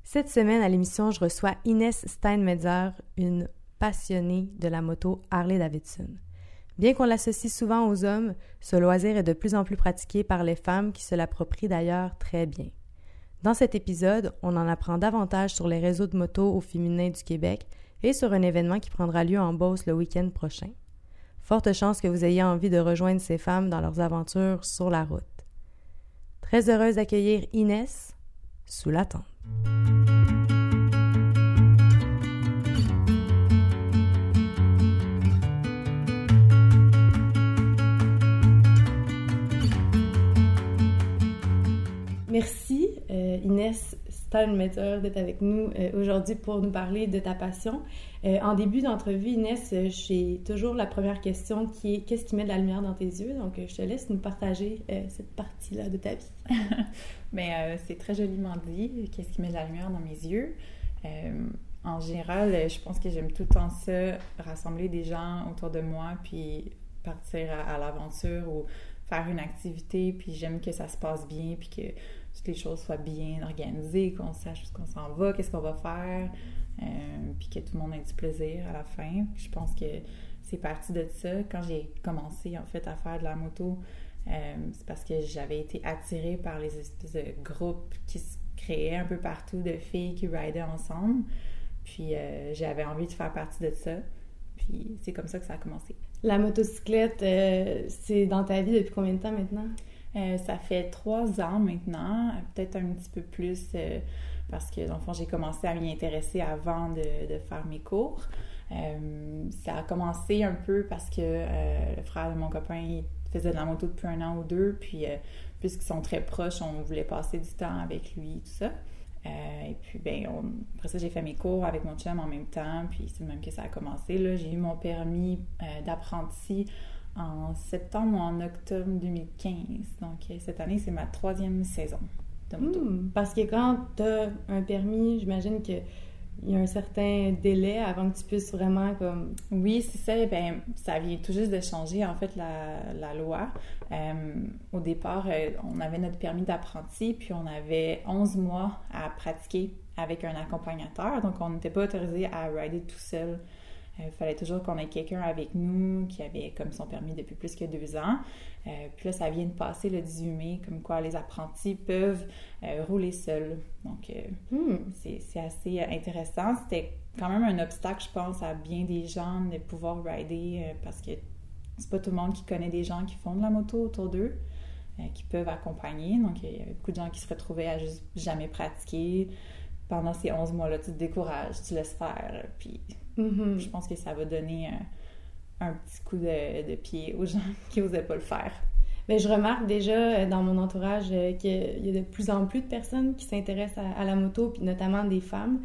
Cette semaine, à l'émission, je reçois Inès Steinmetzer, une passionnée de la moto Harley-Davidson. Bien qu'on l'associe souvent aux hommes, ce loisir est de plus en plus pratiqué par les femmes qui se l'approprient d'ailleurs très bien. Dans cet épisode, on en apprend davantage sur les réseaux de moto au féminin du Québec et sur un événement qui prendra lieu en Beauce le week-end prochain. Forte chance que vous ayez envie de rejoindre ces femmes dans leurs aventures sur la route. Très heureuse d'accueillir Inès sous la tente. Merci Inès Steinmetzer d'être avec nous aujourd'hui pour nous parler de ta passion. En début d'entrevue, Inès, j'ai toujours la première question qui est « Qu'est-ce qui met de la lumière dans tes yeux? » Donc, je te laisse nous partager cette partie-là de ta vie. Mais c'est très joliment dit, « Qu'est-ce qui met de la lumière dans mes yeux? » En général, je pense que j'aime tout le temps ça, rassembler des gens autour de moi, puis partir à l'aventure ou faire une activité, puis j'aime que ça se passe bien, puis que toutes les choses soient bien organisées, qu'on sache où on s'en va, qu'est-ce qu'on va faire, puis que tout le monde ait du plaisir à la fin. Puis je pense que c'est parti de ça. Quand j'ai commencé, en fait, à faire de la moto, c'est parce que j'avais été attirée par les espèces de groupes qui se créaient un peu partout de filles qui ridaient ensemble. Puis j'avais envie de faire partie de ça. Puis c'est comme ça que ça a commencé. La motocyclette, c'est dans ta vie depuis combien de temps maintenant? Ça fait 3 ans maintenant, peut-être un petit peu plus, parce que dans le fond, j'ai commencé à m'y intéresser avant de faire mes cours. Ça a commencé un peu parce que le frère de mon copain il faisait de la moto depuis 1 an ou 2, puis puisqu'ils sont très proches, on voulait passer du temps avec lui, tout ça. Et puis, après ça, j'ai fait mes cours avec mon chum en même temps, puis c'est le même que ça a commencé. Là, j'ai eu mon permis d'apprenti en septembre ou en octobre 2015. Donc, cette année, c'est ma 3e saison de moto. Parce que quand tu as un permis, j'imagine qu'il y a un certain délai avant que tu puisses vraiment comme... Oui, c'est ça. Ça vient tout juste de changer, en fait, la loi. Au départ, on avait notre permis d'apprenti, puis on avait 11 mois à pratiquer avec un accompagnateur. Donc, on n'était pas autorisé à rider tout seul. Il fallait toujours qu'on ait quelqu'un avec nous qui avait comme son permis depuis plus que 2 ans. Puis là, ça vient de passer le 18 mai, comme quoi les apprentis peuvent rouler seuls. Donc, c'est assez intéressant. C'était quand même un obstacle, je pense, à bien des gens de pouvoir rider parce que c'est pas tout le monde qui connaît des gens qui font de la moto autour d'eux, qui peuvent accompagner. Donc, il y a beaucoup de gens qui se retrouvaient à juste jamais pratiquer. Pendant ces 11 mois-là, tu te décourages, tu laisses faire, puis... Je pense que ça va donner un petit coup de pied aux gens qui n'osaient pas le faire. Bien, je remarque déjà dans mon entourage qu'il y a de plus en plus de personnes qui s'intéressent à la moto, puis notamment des femmes.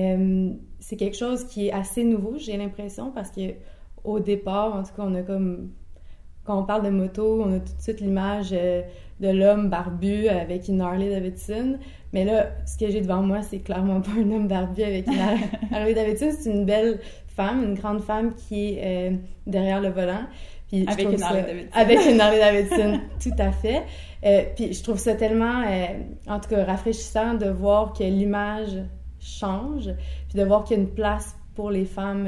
C'est quelque chose qui est assez nouveau, j'ai l'impression, parce qu'au départ, en tout cas, on a comme... Quand on parle de moto, on a tout de suite l'image de l'homme barbu avec une Harley-Davidson. Mais là, ce que j'ai devant moi, c'est clairement pas un homme barbu avec une Harley-Davidson. C'est une belle femme, une grande femme qui est derrière le volant. Puis avec une Harley-Davidson. Avec une Harley-Davidson, tout à fait. Puis je trouve ça tellement, en tout cas, rafraîchissant de voir que l'image change, puis de voir qu'il y a une place pour les femmes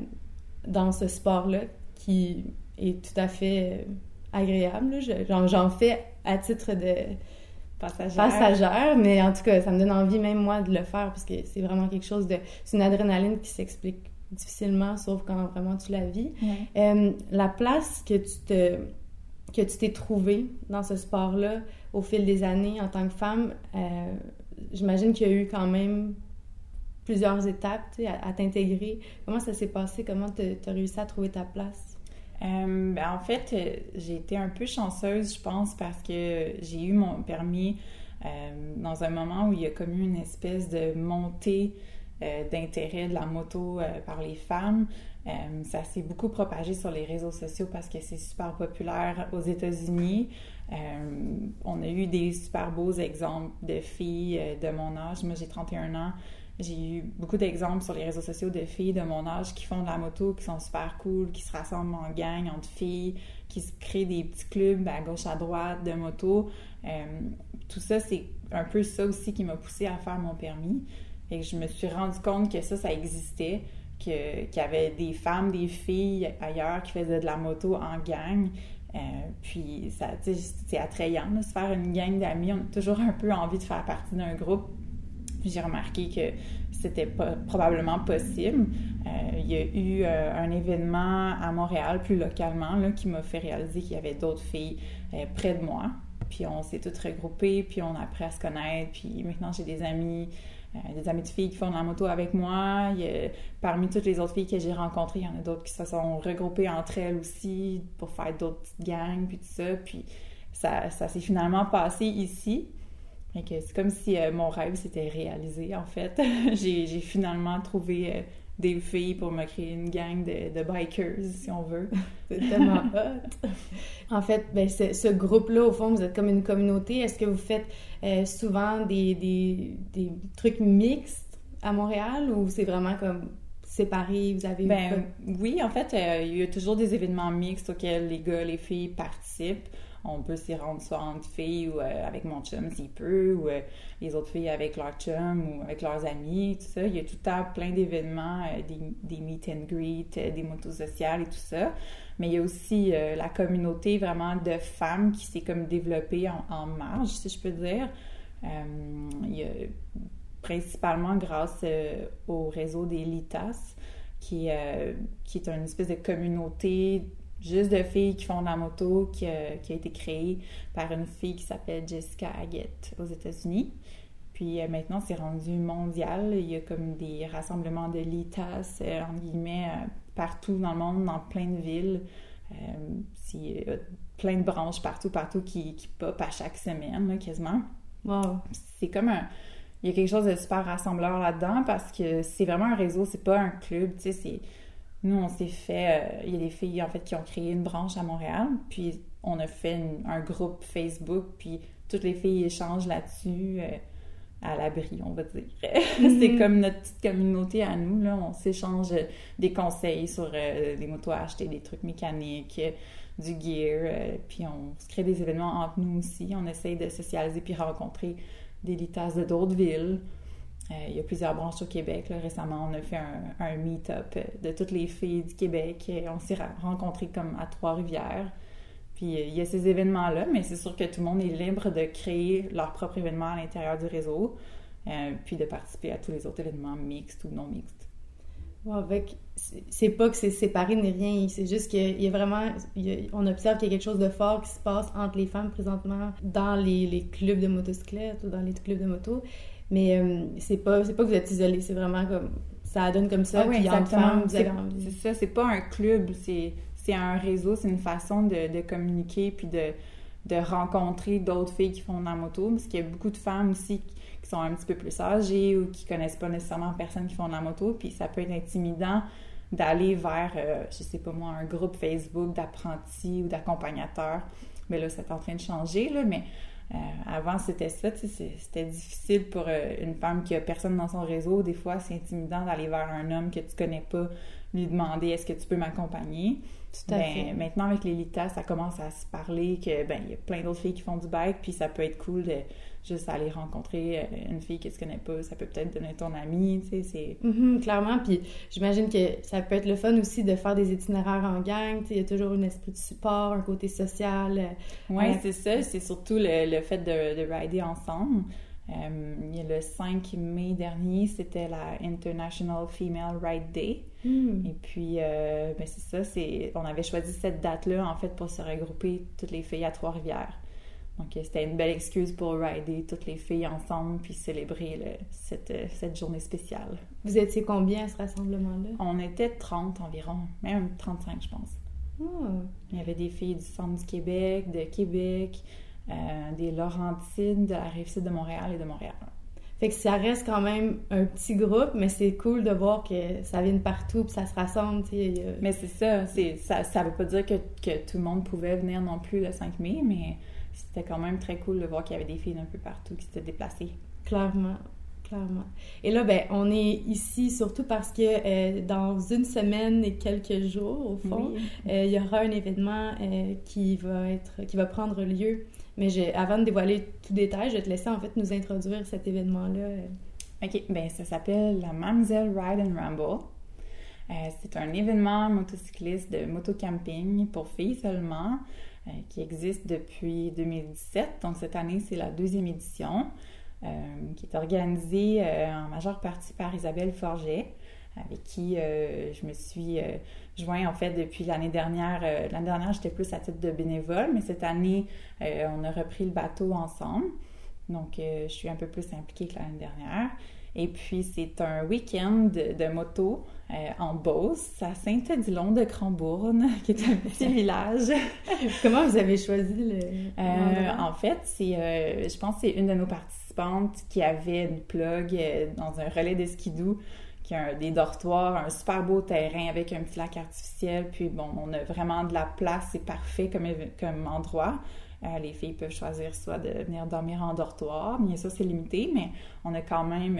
dans ce sport-là qui est tout à fait agréable. J'en fais à titre de passagère, mais en tout cas, ça me donne envie même moi de le faire parce que c'est vraiment quelque chose de... C'est une adrénaline qui s'explique difficilement, sauf quand vraiment tu la vis. Ouais. La place que tu t'es trouvée dans ce sport-là au fil des années en tant que femme, j'imagine qu'il y a eu quand même plusieurs étapes à t'intégrer. Comment ça s'est passé? Comment tu as réussi à trouver ta place? En fait, j'ai été un peu chanceuse, je pense, parce que j'ai eu mon permis dans un moment où il y a comme eu une espèce de montée d'intérêt de la moto par les femmes. Ça s'est beaucoup propagé sur les réseaux sociaux parce que c'est super populaire aux États-Unis. On a eu des super beaux exemples de filles de mon âge. Moi, j'ai 31 ans. J'ai eu beaucoup d'exemples sur les réseaux sociaux de filles de mon âge qui font de la moto, qui sont super cool, qui se rassemblent en gang entre filles, qui se créent des petits clubs à gauche, à droite de moto. Tout ça, c'est un peu ça aussi qui m'a poussée à faire mon permis. Et que je me suis rendu compte que ça existait, qu'il y avait des femmes, des filles ailleurs qui faisaient de la moto en gang. Puis, ça, c'est attrayant de se faire une gang d'amis. On a toujours un peu envie de faire partie d'un groupe. J'ai remarqué que c'était probablement possible. Il y a eu un événement à Montréal, plus localement, là, qui m'a fait réaliser qu'il y avait d'autres filles près de moi. Puis on s'est toutes regroupées, puis on a appris à se connaître. Puis maintenant, j'ai des amis de filles qui font de la moto avec moi. Parmi toutes les autres filles que j'ai rencontrées, il y en a d'autres qui se sont regroupées entre elles aussi pour faire d'autres petites gangs, puis tout ça. Puis ça s'est finalement passé ici. Et que c'est comme si mon rêve s'était réalisé, en fait. J'ai finalement trouvé des filles pour me créer une gang de bikers, si on veut. C'est tellement hot! En fait, ben, ce groupe-là, au fond, vous êtes comme une communauté. Est-ce que vous faites souvent des trucs mixtes à Montréal ou c'est vraiment comme séparé? Vous avez... Oui, en fait, il y a toujours des événements mixtes auxquels les gars, les filles participent. On peut s'y rendre soit entre filles ou avec mon chum s'il peut, ou les autres filles avec leur chum ou avec leurs amis, tout ça. Il y a tout le temps plein d'événements, des meet and greet, des motos sociales et tout ça. Mais il y a aussi la communauté vraiment de femmes qui s'est comme développée en marge, si je peux dire. Il y a principalement grâce au réseau des Litas, qui est une espèce de communauté juste de filles qui font de la moto, qui a été créée par une fille qui s'appelle Jessica Haggett aux États-Unis. Puis maintenant, c'est rendu mondial. Il y a comme des rassemblements de litas, entre guillemets, partout dans le monde, dans plein de villes. Il y a plein de branches partout qui pop à chaque semaine, là, quasiment. Wow! C'est comme il y a quelque chose de super rassembleur là-dedans parce que c'est vraiment un réseau, c'est pas un club, tu sais, Nous, on s'est fait... il y a des filles, en fait, qui ont créé une branche à Montréal, puis on a fait un groupe Facebook, puis toutes les filles échangent là-dessus à l'abri, on va dire. C'est comme notre petite communauté à nous, là. On s'échange des conseils sur des motos à acheter, des trucs mécaniques, du gear, puis on se crée des événements entre nous aussi. On essaye de socialiser puis rencontrer des litas de d'autres villes. Il y a plusieurs branches au Québec. Là. Récemment, on a fait un meet-up de toutes les filles du Québec. On s'est rencontrés comme à Trois-Rivières. Puis il y a ces événements-là, mais c'est sûr que tout le monde est libre de créer leur propre événement à l'intérieur du réseau, puis de participer à tous les autres événements mixtes ou non mixtes. Wow, avec, c'est pas que c'est séparé ni rien, c'est juste qu'il y a vraiment... on observe qu'il y a quelque chose de fort qui se passe entre les femmes présentement dans les clubs de motocyclette ou dans les clubs de moto. Mais c'est pas que vous êtes isolés, c'est vraiment comme... Ça donne comme ça, puis entre femmes, vous avez envie. C'est ça, c'est pas un club, c'est un réseau, c'est une façon de communiquer, puis de rencontrer d'autres filles qui font de la moto, parce qu'il y a beaucoup de femmes aussi qui sont un petit peu plus âgées ou qui connaissent pas nécessairement personne qui font de la moto, puis ça peut être intimidant d'aller vers, je sais pas moi, un groupe Facebook d'apprentis ou d'accompagnateurs. Mais là, c'est en train de changer, là, mais... avant, c'était ça, tu sais, c'était difficile pour une femme qui a personne dans son réseau. Des fois, c'est intimidant d'aller vers un homme que tu connais pas, lui demander « Est-ce que tu peux m'accompagner? » Tout à fait. Maintenant, avec les litas, ça commence à se parler que, il y a plein d'autres filles qui font du bike, puis ça peut être cool de juste aller rencontrer une fille que tu connais pas. Ça peut peut-être devenir ton amie, tu sais, c'est... Clairement, puis j'imagine que ça peut être le fun aussi de faire des itinéraires en gang, tu sais, il y a toujours un esprit de support, un côté social. Oui, c'est ça, c'est surtout le fait de rider ensemble. Il y a le 5 mai dernier, c'était la International Female Ride Day. Et puis, c'est ça, on avait choisi cette date-là, en fait, pour se regrouper toutes les filles à Trois-Rivières. Donc, c'était une belle excuse pour rider toutes les filles ensemble puis célébrer cette journée spéciale. Vous étiez combien à ce rassemblement-là? On était 30 environ, même 35, je pense. Il y avait des filles du centre du Québec, de Québec, des Laurentides, de la Rive-Sud de Montréal et de Montréal. Fait que ça reste quand même un petit groupe, mais c'est cool de voir que ça vient de partout puis ça se rassemble, tu sais. Mais c'est ça, ça veut pas dire que tout le monde pouvait venir non plus le 5 mai, mais c'était quand même très cool de voir qu'il y avait des filles d'un peu partout qui s'étaient déplacées. Clairement. Et là, on est ici surtout parce que dans une semaine et quelques jours, au fond, il y aura un événement qui va prendre lieu. Mais avant de dévoiler tout détail, je vais te laisser en fait nous introduire cet événement-là. OK, bien ça s'appelle la Mamzelle Ride and Ramble. C'est un événement motocycliste de motocamping pour filles seulement qui existe depuis 2017. Donc cette année, c'est la 2e édition qui est organisée en majeure partie par Isabelle Forget, avec qui je me suis joint en fait depuis l'année dernière. L'année dernière, j'étais plus à titre de bénévole, mais cette année, on a repris le bateau ensemble. Donc, je suis un peu plus impliquée que l'année dernière. Et puis, c'est un week-end de moto en Beauce, à Saint-Odilon-de-Crambourne, qui est un petit village. Comment vous avez choisi en fait, je pense que c'est une de nos participantes qui avait une plug dans un relais de skidoo, qui a des dortoirs, un super beau terrain avec un petit lac artificiel. Puis bon, on a vraiment de la place, c'est parfait comme endroit. Les filles peuvent choisir soit de venir dormir en dortoir, bien sûr c'est limité, mais on a quand même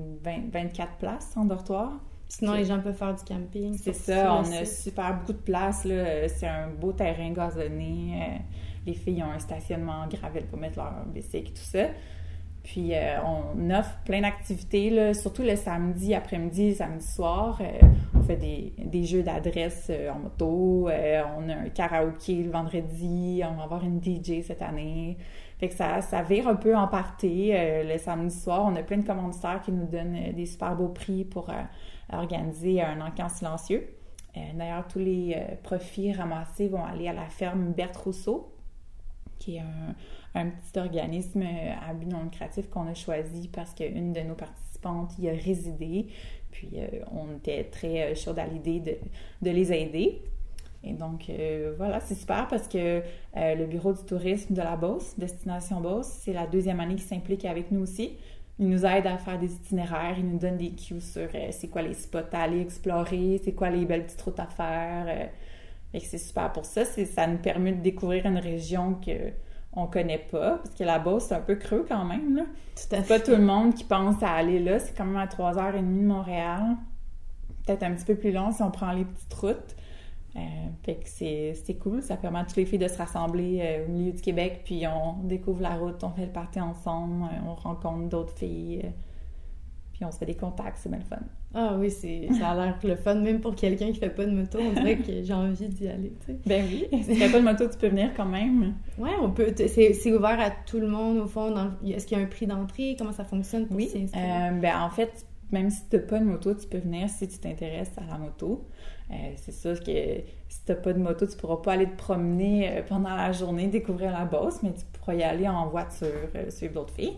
24 places en dortoir. Sinon, les gens peuvent faire du camping. C'est ça, on a super beaucoup de place, là. C'est un beau terrain gazonné. Les filles ont un stationnement gravel pour mettre leur bicycle et tout ça. Puis, on offre plein d'activités, là, surtout le samedi après-midi, samedi soir. On fait des jeux d'adresse en moto. On a un karaoké le vendredi. On va avoir une DJ cette année. Fait que ça vire un peu en party. Le samedi soir, on a plein de commanditaires qui nous donnent des super beaux prix pour organiser un encamp silencieux. D'ailleurs, tous les profits ramassés vont aller à la ferme Berthe Rousseau, qui est un petit organisme à but non lucratif qu'on a choisi parce qu'une de nos participantes y a résidé. Puis, on était très chaude à l'idée de les aider. Et donc, voilà, c'est super parce que le Bureau du tourisme de la Beauce, Destination Beauce, c'est la 2e année qui s'implique avec nous aussi. Ils nous aident à faire des itinéraires, ils nous donnent des cues sur c'est quoi les spots à aller explorer, c'est quoi les belles petites routes à faire. Et c'est super pour ça. Ça nous permet de découvrir une région qu'on connaît pas, parce que la Beauce, c'est un peu creux quand même, là. C'est pas tout le monde qui pense à aller là. C'est quand même à 3h30 de Montréal. Peut-être un petit peu plus long si on prend les petites routes. Fait que c'est cool. Ça permet à toutes les filles de se rassembler au milieu du Québec, puis on découvre la route, on fait le party ensemble, on rencontre d'autres filles, puis on se fait des contacts, c'est bien le fun. Ah oui, ça a l'air le fun, même pour quelqu'un qui fait pas de moto, on dirait que j'ai envie d'y aller, tu sais. Ben oui, si tu fais pas de moto, tu peux venir quand même. Ouais, on peut, c'est ouvert à tout le monde, au fond. Est-ce qu'il y a un prix d'entrée? Comment ça fonctionne pour s'y inscrire? Ben en fait, même si tu n'as pas de moto, tu peux venir si tu t'intéresses à la moto. C'est sûr que si tu n'as pas de moto, tu ne pourras pas aller te promener pendant la journée, découvrir la Beauce, mais tu pourras y aller en voiture, suivre d'autres filles.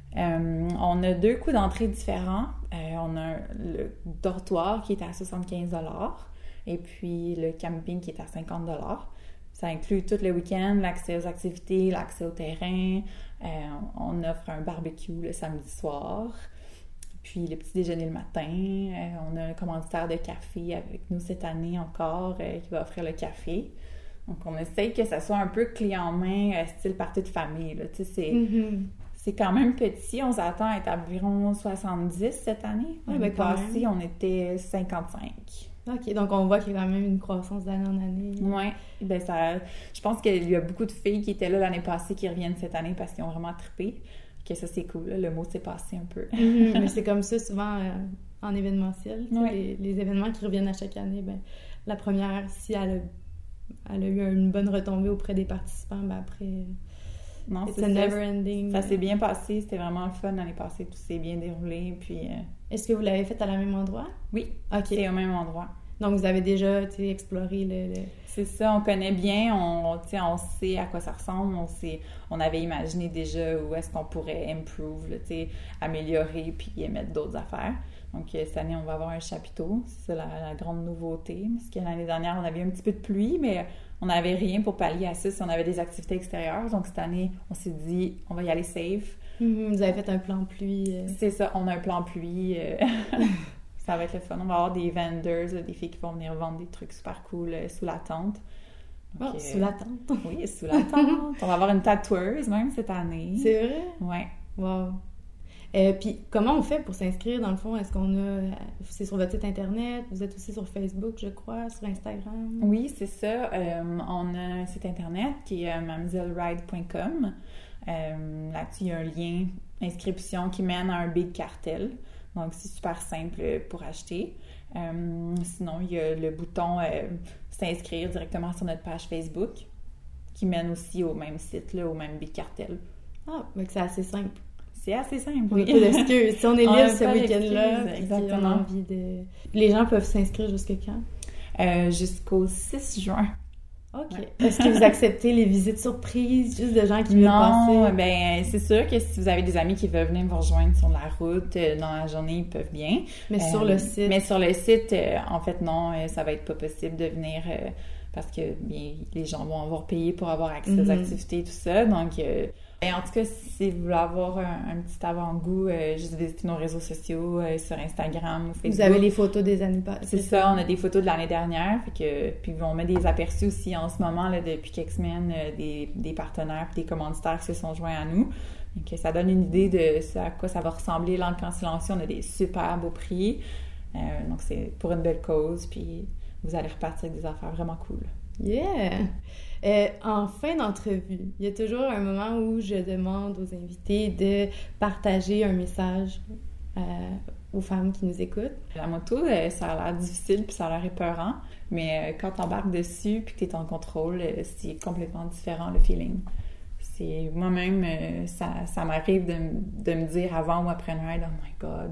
On a 2 coûts d'entrée différents. On a le dortoir qui est à 75 $ et puis le camping qui est à 50 $. Ça inclut tout le week-end, l'accès aux activités, l'accès au terrain. On offre un barbecue le samedi soir. Puis le petit déjeuner le matin. On a un commanditaire de café avec nous cette année encore qui va offrir le café. Donc, on essaye que ça soit un peu clé en main, style party de famille. Là. Tu sais, c'est quand même petit. On s'attend à être environ 70 cette année. L'année passée, on était 55. OK, donc on voit qu'il y a quand même une croissance d'année en année. Oui, bien je pense qu'il y a beaucoup de filles qui étaient là l'année passée qui reviennent cette année parce qu'ils ont vraiment trippé. Que ça, c'est cool. Là. Le mot s'est passé un peu. Mais c'est comme ça souvent en événementiel. Les événements qui reviennent à chaque année, ben, la première, si elle a eu une bonne retombée auprès des participants, ben après, c'est never ending. Ça s'est bien passé. C'était vraiment le fun l'année passée. Tout s'est bien déroulé. Puis, Est-ce que vous l'avez fait à la même endroit? Oui, OK. C'est au même endroit. Donc, vous avez déjà exploré le... C'est ça, on connaît bien, on sait à quoi ça ressemble, on avait imaginé déjà où est-ce qu'on pourrait improve, là, améliorer puis mettre d'autres affaires. Donc, cette année, on va avoir un chapiteau, c'est ça la grande nouveauté. Parce que l'année dernière, on avait un petit peu de pluie, mais on n'avait rien pour pallier à ça si on avait des activités extérieures. Donc, cette année, on s'est dit, on va y aller safe. Vous avez fait un plan pluie. C'est ça, on a un plan pluie. Ça va être le fun. On va avoir des vendors, des filles qui vont venir vendre des trucs super cool sous la tente. Donc, sous la tente? Oui, sous la tente. On va avoir une tatoueuse même cette année. C'est vrai? Oui. Wow. Puis, comment on fait pour s'inscrire, dans le fond? Est-ce qu'on a... C'est sur votre site Internet? Vous êtes aussi sur Facebook, je crois, sur Instagram? Oui, c'est ça. On a un site Internet qui est mamzellride.com. Là-dessus, il y a un lien, inscription qui mène à un big cartel. Donc, c'est super simple pour acheter. Sinon, il y a le bouton s'inscrire directement sur notre page Facebook qui mène aussi au même site, là, au même big cartel. Ah, mais c'est assez simple. C'est assez simple, oui. Pas d'excuses. Si on est libre ce week-end-là, exactement. On a envie de... Les gens peuvent s'inscrire jusqu'à quand? Jusqu'au 6 juin. OK. Ouais. Est-ce que vous acceptez les visites surprises, juste de gens qui veulent passer? Non, ben c'est sûr que si vous avez des amis qui veulent venir vous rejoindre sur la route dans la journée, ils peuvent bien. Mais sur le site? Mais sur le site, en fait, non, ça va être pas possible de venir parce que bien, les gens vont avoir payé pour avoir accès aux activités et tout ça. Donc, en tout cas, si vous voulez avoir un petit avant-goût, juste visiter nos réseaux sociaux sur Instagram ou Facebook. Vous avez les photos des années passées. C'est ça, on a des photos de l'année dernière. Puis on met des aperçus aussi en ce moment, là, depuis quelques semaines, des partenaires et des commanditaires qui se sont joints à nous. Donc, ça donne une idée de à quoi ça va ressembler l'Encamp Silencieux. On a des super beaux prix. Donc, c'est pour une belle cause. Puis vous allez repartir avec des affaires vraiment cool. Yeah! En fin d'entrevue, il y a toujours un moment où je demande aux invités de partager un message aux femmes qui nous écoutent. La moto, ça a l'air difficile puis ça a l'air épeurant, mais quand tu embarques dessus puis que tu es en contrôle, c'est complètement différent le feeling. C'est moi-même, ça m'arrive de me dire avant ou après une ride, oh my God,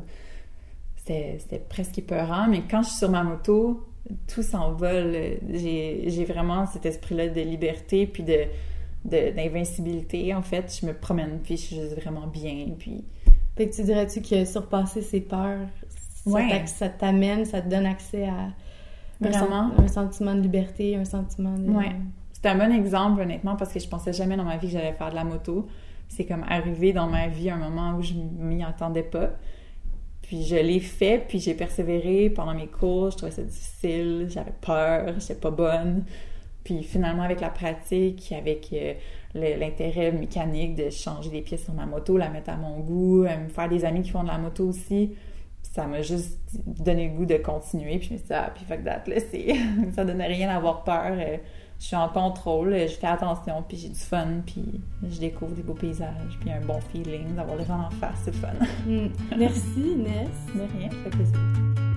c'était presque épeurant, mais quand je suis sur ma moto, tout s'envole. J'ai vraiment cet esprit-là de liberté puis d'invincibilité. En fait, je me promène puis je suis juste vraiment bien. Puis... Fait que tu dirais-tu que surpasser ses peurs, ça t'amène, ça te donne accès à un sentiment de liberté, un sentiment de... Ouais. C'est un bon exemple, honnêtement, parce que je pensais jamais dans ma vie que j'allais faire de la moto. C'est comme arrivé dans ma vie un moment où je m'y attendais pas. Puis je l'ai fait, puis j'ai persévéré pendant mes cours. Je trouvais ça difficile, j'avais peur, j'étais pas bonne. Puis finalement, avec la pratique, avec l'intérêt mécanique de changer des pièces sur ma moto, la mettre à mon goût, me faire des amis qui font de la moto aussi, ça m'a juste donné le goût de continuer. Puis je me suis dit, puis fuck that, là, ça donne rien à avoir peur. Je suis en contrôle, je fais attention, puis j'ai du fun, puis je découvre des beaux paysages, puis un bon feeling, d'avoir les gens en face, c'est fun. Merci, Inès. De rien, ça fait plaisir.